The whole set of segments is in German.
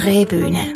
Drehbühne.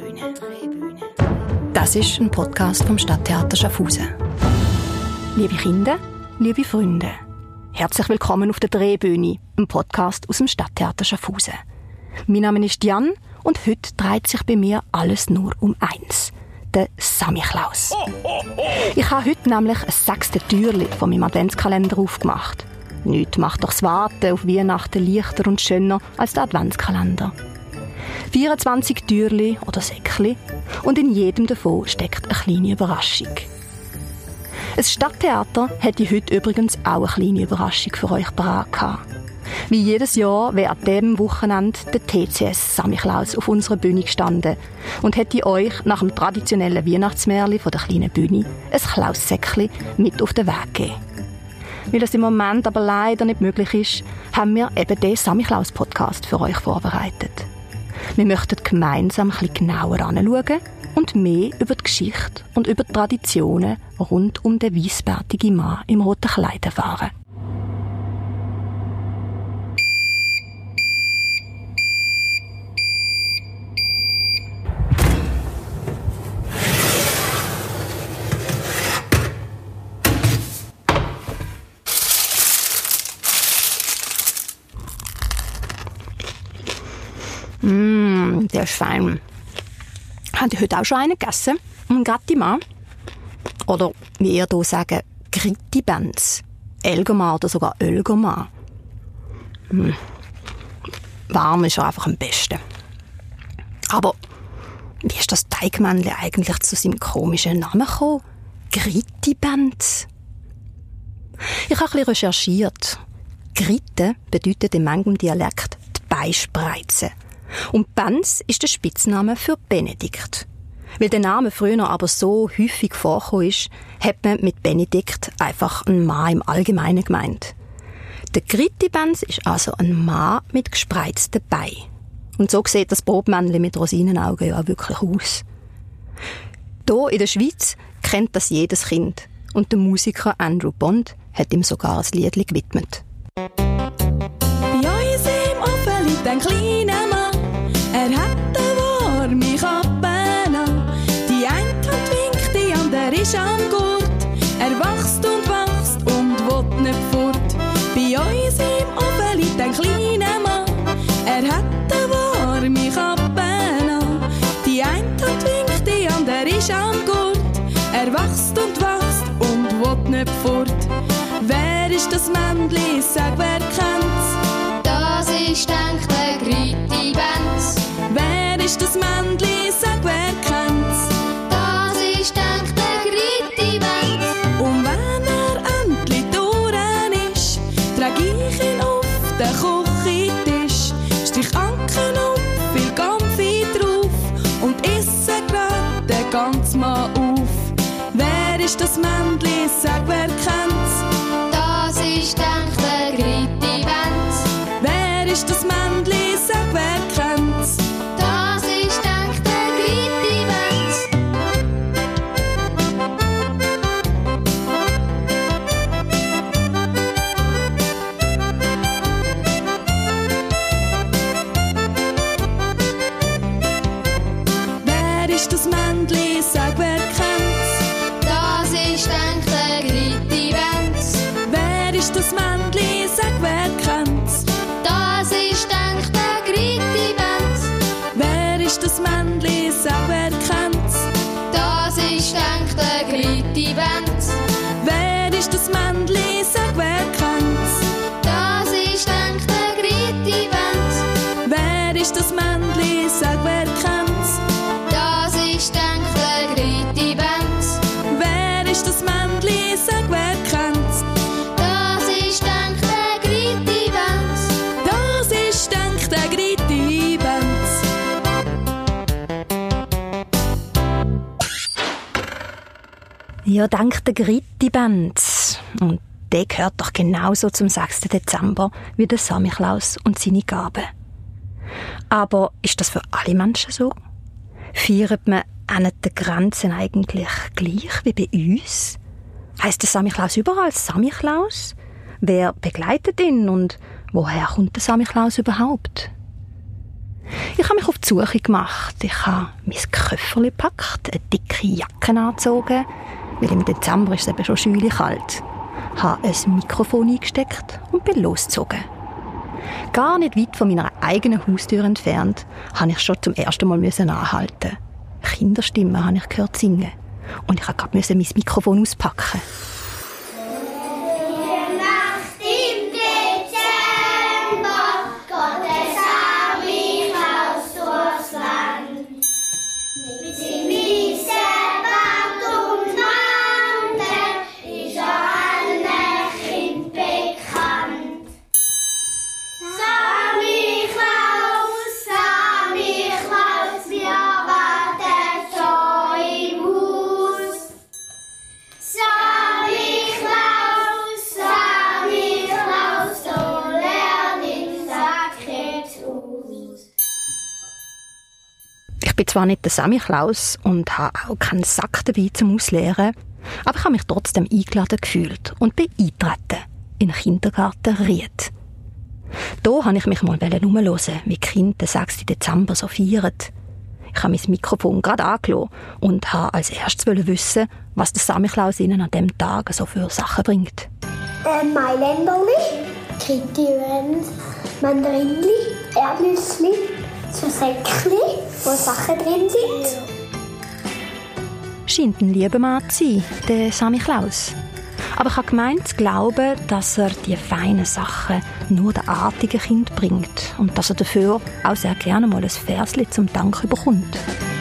Das ist ein Podcast vom Stadttheater Schaffhausen. Liebe Kinder, liebe Freunde, herzlich willkommen auf der Drehbühne, einem Podcast aus dem Stadttheater Schaffhausen. Mein Name ist Jan und heute dreht sich bei mir alles nur um eins: den Samichlaus. Ich habe heute nämlich ein 6. Türchen von meinem Adventskalender aufgemacht. Nichts macht doch das Warten auf Weihnachten leichter und schöner als der Adventskalender. 24 Türchen oder Säckchen und in jedem davon steckt eine kleine Überraschung. Das Stadttheater hätte heute übrigens auch eine kleine Überraschung für euch parat gehabt. Wie jedes Jahr wäre an diesem Wochenende der TCS Samichlaus auf unserer Bühne gestanden und hätte euch nach dem traditionellen Weihnachtsmärchen von der kleinen Bühne ein Klaussäckchen mit auf den Weg gegeben. Weil das im Moment aber leider nicht möglich ist, haben wir eben den Samichlaus-Podcast für euch vorbereitet. Wir möchten gemeinsam ein bisschen genauer anschauen und mehr über die Geschichte und über die Traditionen rund um den weissbärtigen Mann im roten Kleid erfahren. Der ist fein. Habt ihr heute auch schon einen gegessen? Ein Grattimann? Oder wie ihr hier sagen, Gritti-Benz. Elgermann oder sogar Ölgermann. Warm ist einfach am besten. Aber wie ist das Teigmännchen eigentlich zu seinem komischen Namen gekommen? Gritti-Benz? Ich habe ein bisschen recherchiert. Gritte bedeutet in manchem Dialekt die Beispreize. Und Benz ist der Spitzname für Benedikt. Weil der Name früher aber so häufig vorgekommen ist, hat man mit Benedikt einfach einen Mann im Allgemeinen gemeint. Der Gritti-Benz ist also ein Mann mit gespreizten Beinen. Und so sieht das Brotmännchen mit Rosinenaugen ja wirklich aus. Hier in der Schweiz kennt das jedes Kind. Und der Musiker Andrew Bond hat ihm sogar ein Liedchen gewidmet. Bei uns im Ofen liegt ein kleiner Mann. Er hat eine warme Kappe an. Die eine Hand winkt, die andere ist am Gurt. Er wächst und will nicht fort. Bei uns im Ofen liegt ein kleiner Mann. Er hat eine warme Kappe an. Die eine Hand winkt, die andere ist am Gurt. Er wächst und will nicht fort. Wer ist das Männchen? Sag, wer kennt's? Das ist, denkt der Gritti-Benz. Wer ist das Männchen? Sag, wer kennt's? Das ist, denkt der Gritti-Benz. Und wenn er endlich durch ist, trag ich ihn auf den Küchentisch. Strich Anken auf, viel Kampfi drauf und esse grad den ganzen Mann auf. Wer ist das Männchen? Sag, wer kennt's? Das ist, denkt der Gritti-Benz. Wer ist das Männchen? Sag, wer kennt's? Das ist, denkt der Gritti-Benz. Wer ist das Männchen? Sag, wer kennt's? Das ist, denkt der Gritti-Benz. Wer ist das Männchen? Sag, wer kennt's? Das ist, denkt der Gritti-Benz. Wer ist das Männchen? Sag, wer kennt's? Das ist, denkt der Gritti-Benz. Wer ist das Männchen? Sag, wer kennt's? Das ist, denkt der Gritti-Benz. Wer ist das Männchen? Sag, wer kennt's? Das ist, denkt der Gritti-Benz. Wer ist das Männchen? Sag, wer kennt's? Das ist, denkt der Gritti-Benz. Das ist, denkt der Gritti-Benz. Ja, denkt der Gritti-Benz. Und der gehört doch genauso zum 6. Dezember wie der Samichlaus und seine Gaben. Aber ist das für alle Menschen so? Feiert man an den Grenzen eigentlich gleich wie bei uns? Heisst der Samichlaus überall Samichlaus? Wer begleitet ihn und woher kommt der Samichlaus überhaupt? Ich habe mich auf die Suche gemacht. Ich habe mein Köfferchen gepackt, eine dicke Jacke angezogen, weil im Dezember ist es eben schon schwül kalt. Ich habe ein Mikrofon eingesteckt und bin losgezogen. Gar nicht weit von meiner eigenen Haustür entfernt, musste ich schon zum ersten Mal anhalten. Kinderstimmen habe ich gehört singen. Und ich musste mein Mikrofon auspacken. Ich bin zwar nicht der Samichlaus und habe auch keinen Sack dabei zum Ausleeren, aber ich habe mich trotzdem eingeladen gefühlt und bin eingetreten in den Kindergarten Ried. Da wollte ich mich mal umhören, wie die Kinder den 6. Dezember so feiern. Ich habe mein Mikrofon gerade angelassen und wollte als erstes wissen, was der Samichlaus ihnen an diesem Tag so für Sachen bringt. Mailänderli, Krittiwen, Mandarinli, Erdnüssli, so Säckchen, wo Sachen drin sind. Scheint ein lieber Mann zu sein, der Samichlaus. Aber ich habe gemeint zu glauben, dass er die feinen Sachen nur den artigen Kind bringt und dass er dafür auch sehr gerne mal ein Versli zum Dank bekommt.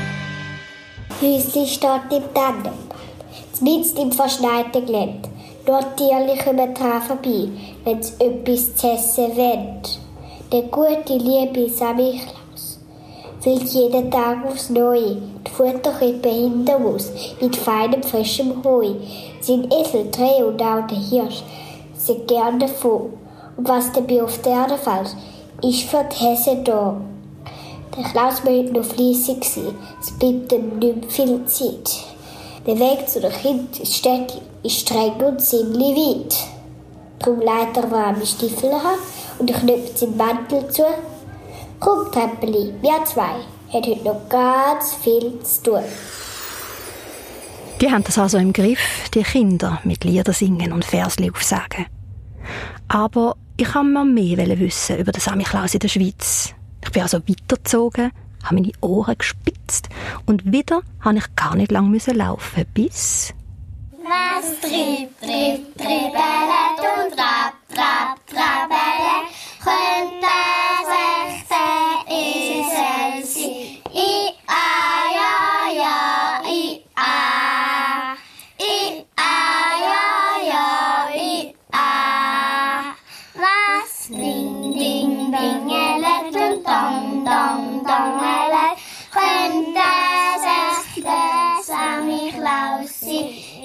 Häusli steht im Tannenwald, mitten im verschneiten Gelände. Dort Tierchen kommen dran vorbei, wenn sie etwas zu essen wollen. Der gute, liebe Samichlaus füllt jeden Tag aufs Neue die Futterkrippe hinterm Haus mit feinem, frischem Heu. Sein Esel, Dreh und auch der Hirsch sind gern davon. Und was dabei auf der Erde fällt, ist für die Hesse da. Der Klaus möchte noch fleissig sein, es bleibt ihm nicht mehr viel Zeit. Der Weg zu den Kindern ins Städtchen ist streng und ziemlich weit. Darum legt er warme Stiefel an und knüpft seinen Mantel zu. Komm, Treppeli, wir zwei haben heute noch ganz viel zu tun. Die haben das also im Griff, die Kinder mit Lieder singen und Versli aufsagen. Aber ich wollte mir mehr wissen über den Samichlaus in der Schweiz. Ich bin also weitergezogen, habe meine Ohren gespitzt und wieder musste ich gar nicht lange laufen, bis... Was trieb, trieb, triebellet und trab, trab, trabellet, könnte sich der Esel sein. I-a, ja, ja, I-a. I-a, ja, ja, I-a. Was ding, ding, dingelet und dong, dong, dongelet, könnte sich der Samichlaus sein.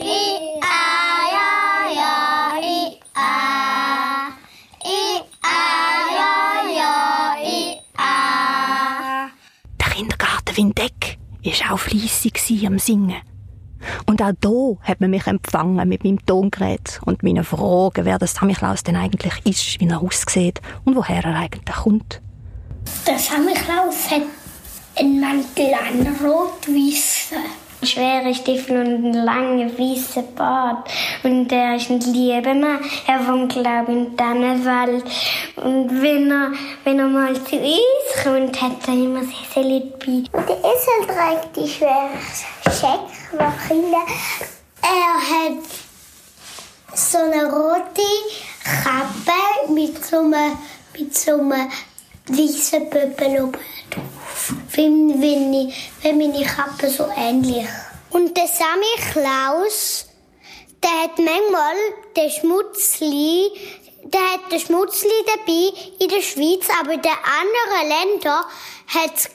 Der Kindergarten Windeck war auch fleissig am Singen. Und auch hier hat man mich empfangen mit meinem Tongerät und meinen Fragen, wer der Samichlaus denn eigentlich ist, wie er aussieht und woher er eigentlich kommt. Der Samichlaus hat einen Mantel an, rot-weißen. Schwere Stiefel und einen langen, weißen Bart. Und er ist ein lieber Mann. Er wohnt, glaube ich, in Tannenwald. Und wenn er mal zu uns kommt, hat er immer sehr Lied bei. Und der Esel trägt die schweren Scheckwachille. Er hat so eine rote Kappe mit so einem weißen Pöppel oben drauf. Wie meine Kappe so ähnlich. Und der Samichlaus, der hat manchmal den Schmutzli dabei in der Schweiz, aber in den anderen Ländern hat es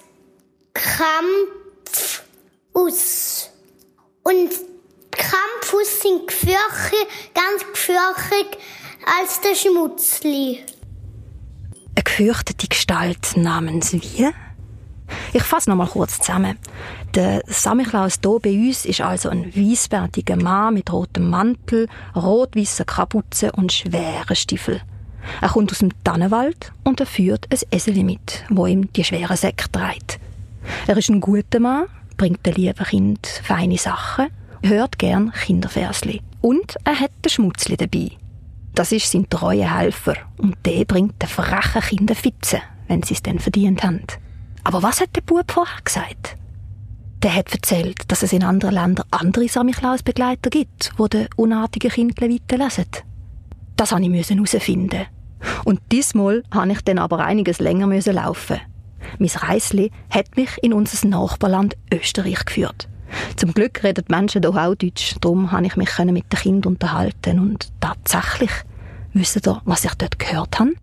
Kampfus. Und Kampfus sind ganz gefürchtet als der Schmutzli. Eine gefürchtete Gestalt namens wie? Ich fasse noch mal kurz zusammen. Der Samichlaus hier bei uns ist also ein weissbärtiger Mann mit rotem Mantel, rot-weißer Kapuze und schweren Stiefeln. Er kommt aus dem Tannenwald und er führt ein Eseli mit, wo ihm die schweren Säcke trägt. Er ist ein guter Mann, bringt den lieben Kind feine Sachen, hört gern Kinderversli. Und er hat den Schmutzli dabei. Das ist sein treuer Helfer und der bringt den frechen Kindern Fitzen, wenn sie es dann verdient haben. Aber was hat der Bub vorher gesagt? Der hat erzählt, dass es in anderen Ländern andere Samichlaus-Begleiter gibt, die den unartigen Kindern weiterlesen. Das musste ich herausfinden. Und diesmal musste ich dann aber einiges länger laufen. Mein Reisli hat mich in unser Nachbarland Österreich geführt. Zum Glück reden die Menschen hier auch Deutsch, darum konnte ich mich mit den Kindern unterhalten. Und tatsächlich, wisst ihr, was ich dort gehört habe?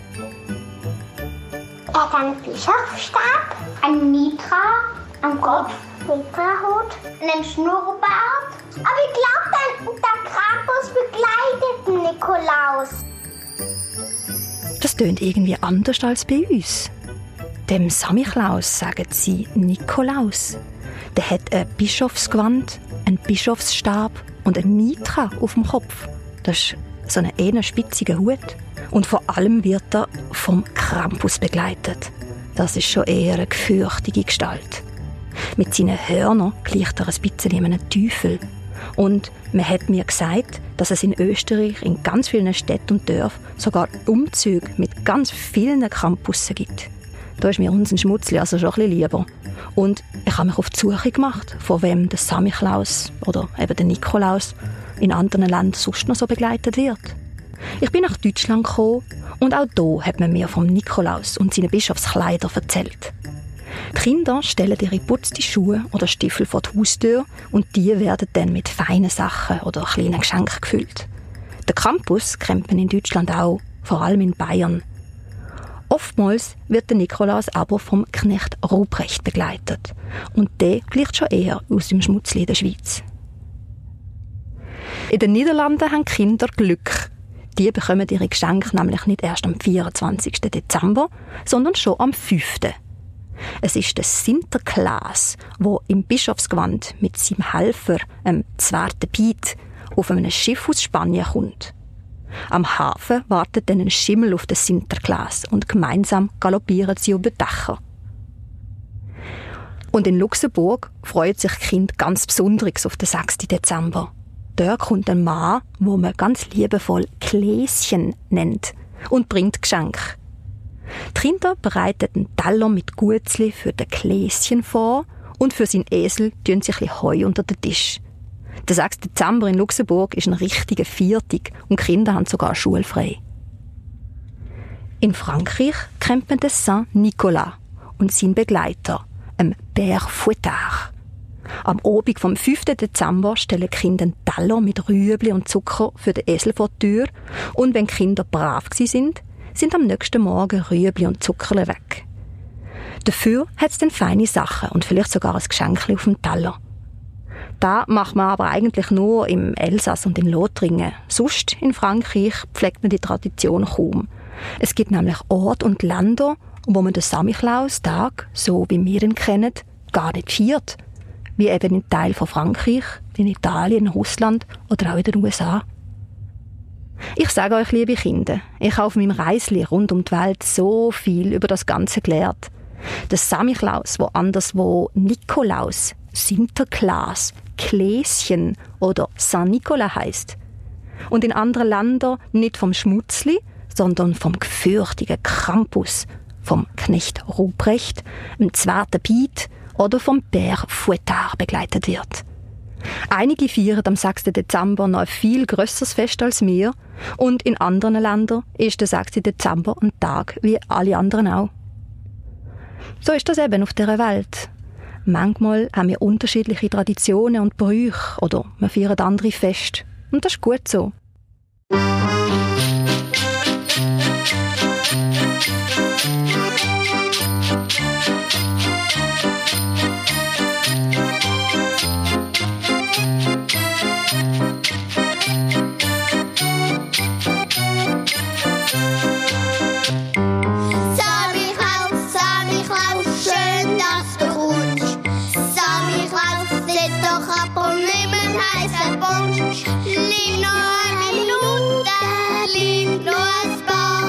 Er hat einen Bischofsstab, einen Mitra am Kopf, Mitrahut, einen Schnurrbart. Aber ich glaube, der Krampus begleitet den Nikolaus. Das tönt irgendwie anders als bei uns. Dem Samichlaus sagen sie Nikolaus. Der hat ein Bischofsgewand, einen Bischofsstab und ein Mitra auf dem Kopf. Das ist so ein eher spitziger Hut. Und vor allem wird er vom Krampus begleitet. Das ist schon eher eine gefürchtige Gestalt. Mit seinen Hörnern gleicht er ein bisschen einem Teufel. Und man hat mir gesagt, dass es in Österreich in ganz vielen Städten und Dörfern sogar Umzüge mit ganz vielen Krampussen gibt. Da ist mir unser Schmutzli also schon ein bisschen lieber. Und ich habe mich auf die Suche gemacht, von wem der Samichlaus oder eben der Nikolaus in anderen Ländern sonst noch so begleitet wird. Ich bin nach Deutschland gekommen und auch hier hat man mir vom Nikolaus und seinen Bischofskleider erzählt. Die Kinder stellen ihre geputzten Schuhe oder Stiefel vor die Haustür und die werden dann mit feinen Sachen oder kleinen Geschenken gefüllt. Der Krampus kennt man in Deutschland auch, vor allem in Bayern. Oftmals wird der Nikolaus aber vom Knecht Ruprecht begleitet. Und der gleicht schon eher aus dem Schmutzli der Schweiz. In den Niederlanden haben die Kinder Glück. Die bekommen ihre Geschenke nämlich nicht erst am 24. Dezember, sondern schon am 5. Es ist der Sinterklaas, der im Bischofsgewand mit seinem Helfer, dem Zwarte Piet, auf einem Schiff aus Spanien kommt. Am Hafen wartet dann ein Schimmel auf den Sinterklaas und gemeinsam galoppieren sie über die Dächer. Und in Luxemburg freut sich die Kind ganz besonders auf den 6. Dezember. Dort kommt ein Mann, wo man ganz liebevoll Kläschen nennt und bringt Geschenke. Die Kinder bereiten einen Teller mit Gutzli für den Kläschen vor und für seinen Esel tun sie ein bisschen Heu unter den Tisch. Der 6. Dezember in Luxemburg ist ein richtiger Viertag und die Kinder haben sogar schulfrei. In Frankreich kennt man den Saint-Nicolas und seinen Begleiter, einen Père Fouettard. Am Abend vom 5. Dezember stellen die Kinder einen Teller mit Rüebli und Zucker für den Esel vor die Tür und wenn die Kinder brav sind am nächsten Morgen Rüebli und Zuckerle weg. Dafür hat es dann feine Sachen und vielleicht sogar ein Geschenkchen auf dem Teller. Das macht man aber eigentlich nur im Elsass und in Lothringen. Sonst in Frankreich pflegt man die Tradition kaum. Es gibt nämlich Orte und Länder, wo man den Samichlaus-Tag, so wie wir ihn kennen, gar nicht feiert. Wie eben in Teilen von Frankreich, in Italien, Russland oder auch in den USA. Ich sage euch, liebe Kinder, ich habe auf meinem Reisli rund um die Welt so viel über das Ganze gelernt. Der Samichlaus, wo anderswo Nikolaus, Sinterklaas, Kläschen oder Saint-Nicolas heisst. Und in anderen Ländern nicht vom Schmutzli, sondern vom gefürchtigen Krampus, vom Knecht Ruprecht, dem Zwarte Piet oder vom Père Fouettard begleitet wird. Einige feiern am 6. Dezember noch ein viel grösseres Fest als wir und in anderen Ländern ist der 6. Dezember ein Tag wie alle anderen auch. So ist das eben auf dieser Welt. Manchmal haben wir unterschiedliche Traditionen und Brüche oder wir feiern andere Feste. Und das ist gut so. Lieb nur eine Minute, lieb nur ein paar.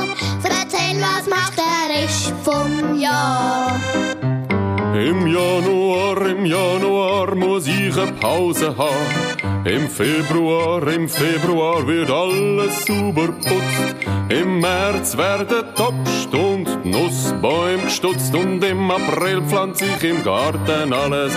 vom Jahr. Im Januar muss ich eine Pause haben. Im Februar wird alles sauber putzt. Im März werden Topst und Nussbäume gestutzt. Und im April pflanze ich im Garten alles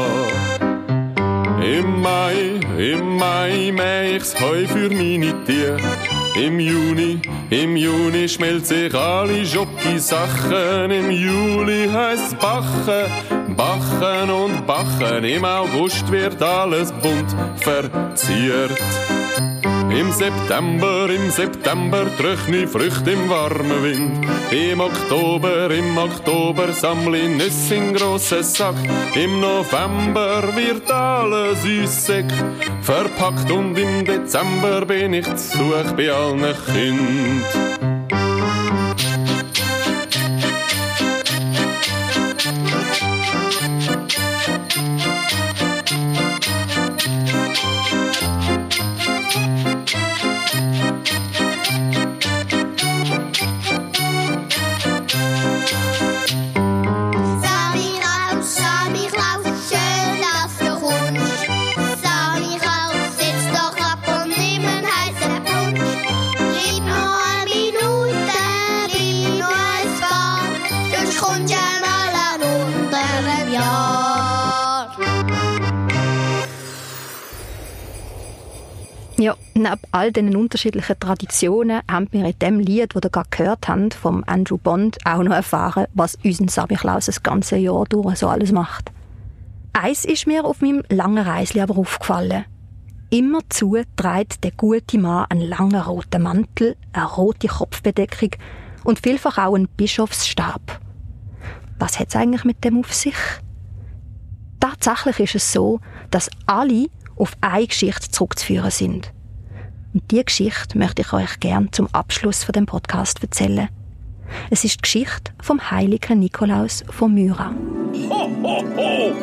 an. Im Mai mäh ich's Heu für meine Tiere. Im Juni schmelze ich alle Schoki-Sachen. Im Juli heisst's Bachen und Bachen. Im August wird alles bunt verziert. Im September trockne Früchte im warmen Wind. Im Oktober sammle ich Nüsse in grossen Sack. Im November wird alles ins Säck verpackt. Und im Dezember bin ich zu Besuch bei allen Kindern. Ja, neben all diesen unterschiedlichen Traditionen haben wir in dem Lied, das ihr gerade gehört habt, vom Andrew Bond, auch noch erfahren, was unser Samichlaus das ganze Jahr durch so alles macht. Eins ist mir auf meinem langen Reisli aber aufgefallen. Immerzu trägt der gute Mann einen langen roten Mantel, eine rote Kopfbedeckung und vielfach auch einen Bischofsstab. Was hat es eigentlich mit dem auf sich? Tatsächlich ist es so, dass alle auf eine Geschichte zurückzuführen sind. Und diese Geschichte möchte ich euch gerne zum Abschluss von dem Podcast erzählen. Es ist die Geschichte vom heiligen Nikolaus von Myra. Ho, ho, ho!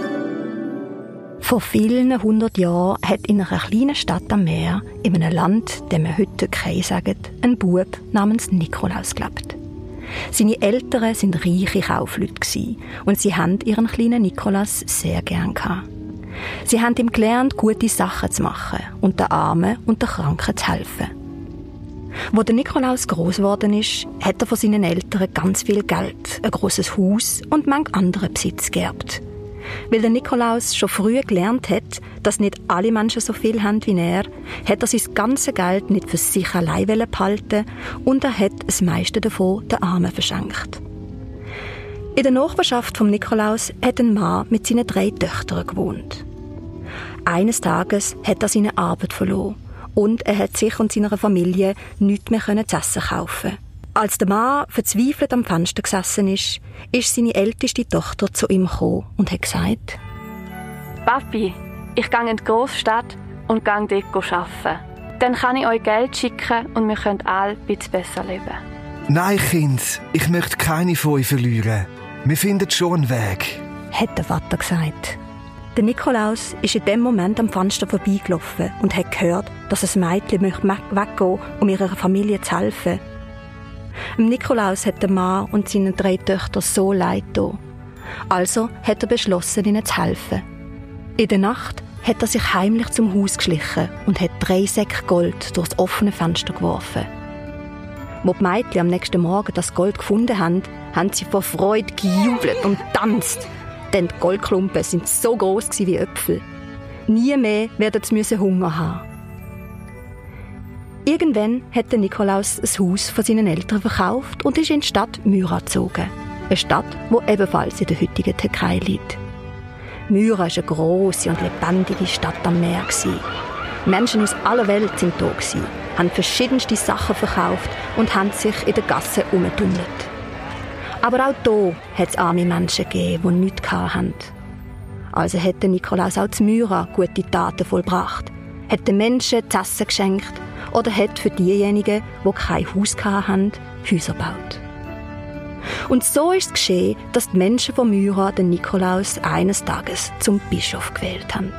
Vor vielen 100 Jahren hat in einer kleinen Stadt am Meer, in einem Land, dem wir heute Türkei sagen, ein Bub namens Nikolaus gelebt. Seine Eltern waren reiche Kaufleute und sie haben ihren kleinen Nikolaus sehr gern gehabt. Sie haben ihm gelernt, gute Sachen zu machen und den Armen und den Kranken zu helfen. Als der Nikolaus gross geworden ist, hat er von seinen Eltern ganz viel Geld, ein grosses Haus und manch anderen Besitz geerbt. Weil der Nikolaus schon früh gelernt hat, dass nicht alle Menschen so viel haben wie er, hat er sein ganzes Geld nicht für sich allein behalten und er hat das meiste davon den Armen verschenkt. In der Nachbarschaft vom Nikolaus hat ein Mann mit seinen 3 Töchtern gewohnt. Eines Tages hat er seine Arbeit verloren und er hat sich und seiner Familie nichts mehr zu essen kaufen. Als der Mann verzweifelt am Fenster gesessen ist seine älteste Tochter zu ihm gekommen und hat gesagt: «Papi, ich gehe in die Großstadt und gehe dort arbeiten. Dann kann ich euch Geld schicken und wir können alle ein bisschen besser leben.» «Nein, Kind, ich möchte keine von euch verlieren. Wir finden schon einen Weg», hat der Vater gesagt. Der Nikolaus ist in dem Moment am Fenster vorbeigelaufen und hat gehört, dass ein Mädchen weggehen möchte, um ihrer Familie zu helfen. Dem Nikolaus hat der Mann und seinen 3 Töchtern so leid getan. Also hat er beschlossen, ihnen zu helfen. In der Nacht hat er sich heimlich zum Haus geschlichen und hat 3 Säcke Gold durch das offene Fenster geworfen. Als die Mädchen am nächsten Morgen das Gold gefunden haben, haben sie vor Freude gejubelt und tanzt. Denn die Goldklumpen waren so gross wie Äpfel. Nie mehr werden sie Hunger haben. Irgendwann hat der Nikolaus das Haus von seinen Eltern verkauft und ist in die Stadt Myra gezogen. Eine Stadt, die ebenfalls in der heutigen Türkei liegt. Myra war eine grosse und lebendige Stadt am Meer. Menschen aus aller Welt waren da, haben verschiedenste Sachen verkauft und haben sich in den Gassen herumgetunnelt. Aber auch hier hat es arme Menschen gegeben, die nichts hatten. Also hat der Nikolaus auch zu Myra gute Taten vollbracht, hat den Menschen zu essen geschenkt oder hat für diejenigen, die kein Haus hatten, Häuser gebaut. Und so ist es geschehen, dass die Menschen von Myra den Nikolaus eines Tages zum Bischof gewählt haben.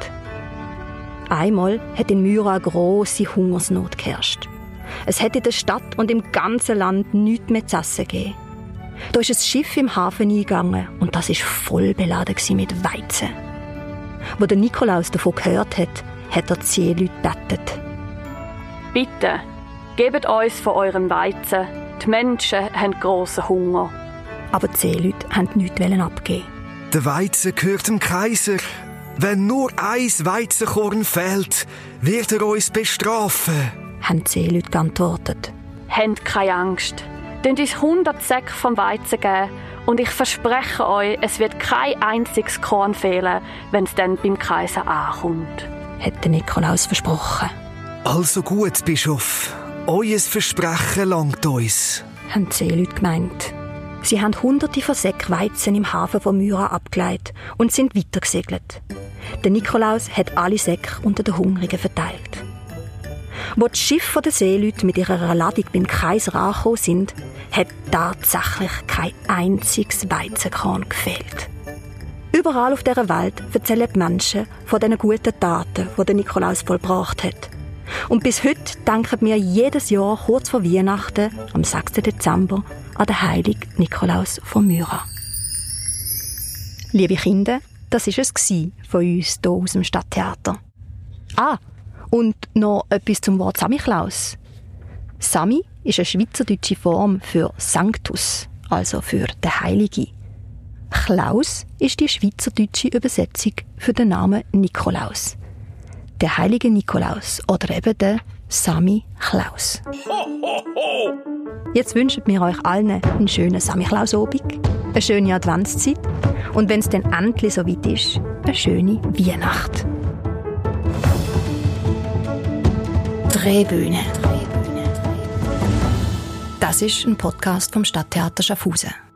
Einmal hat in Myra eine grosse Hungersnot geherrscht. Es hat in der Stadt und im ganzen Land nichts mehr zu essen gegeben. Da ist ein Schiff im Hafen eingegangen und das war voll beladen mit Weizen. Wo der Nikolaus davon gehört hat, hat er die Seeleute gebeten. Bitte, gebt uns von eurem Weizen. Die Menschen haben grossen Hunger. Aber die Seeleute wollten nichts abgeben. Der Weizen gehört dem Kaiser. Wenn nur ein Weizenkorn fehlt, wird er uns bestrafen, haben die Seeleute geantwortet. Habt keine Angst. Dünnt uns 100 Säcke vom Weizen geben und ich verspreche euch, es wird kein einziges Korn fehlen, wenn es dann beim Kaiser ankommt. Hat der Nikolaus versprochen. Also gut, Bischof. Euer Versprechen langt uns, haben die Seeleute gemeint. Sie haben Hunderte von Säcken Weizen im Hafen von Myra abgeleitet und sind weitergesegelt. Der Nikolaus hat alle Säcke unter den Hungrigen verteilt. Wo das Schiff der Seeleute mit ihrer Ladung beim Kaiser angekommen sind, hat tatsächlich kein einziges Weizenkorn gefehlt. Überall auf dieser Welt erzählen die Menschen von den guten Taten, die der Nikolaus vollbracht hat. Und bis heute denken wir jedes Jahr kurz vor Weihnachten, am 6. Dezember, an den heiligen Nikolaus von Myra. Liebe Kinder, das war es von uns hier aus dem Stadttheater. Und noch etwas zum Wort Samichlaus. Sami ist eine schweizerdeutsche Form für Sanctus, also für den Heilige. Klaus ist die schweizerdeutsche Übersetzung für den Namen Nikolaus. Der heilige Nikolaus oder eben der Samichlaus. Jetzt wünschen wir euch allen einen schönen Samichlaus-Abend, eine schöne Adventszeit und wenn es dann endlich so weit ist, eine schöne Weihnacht. Drehbühne. Das ist ein Podcast vom Stadttheater Schaffhausen.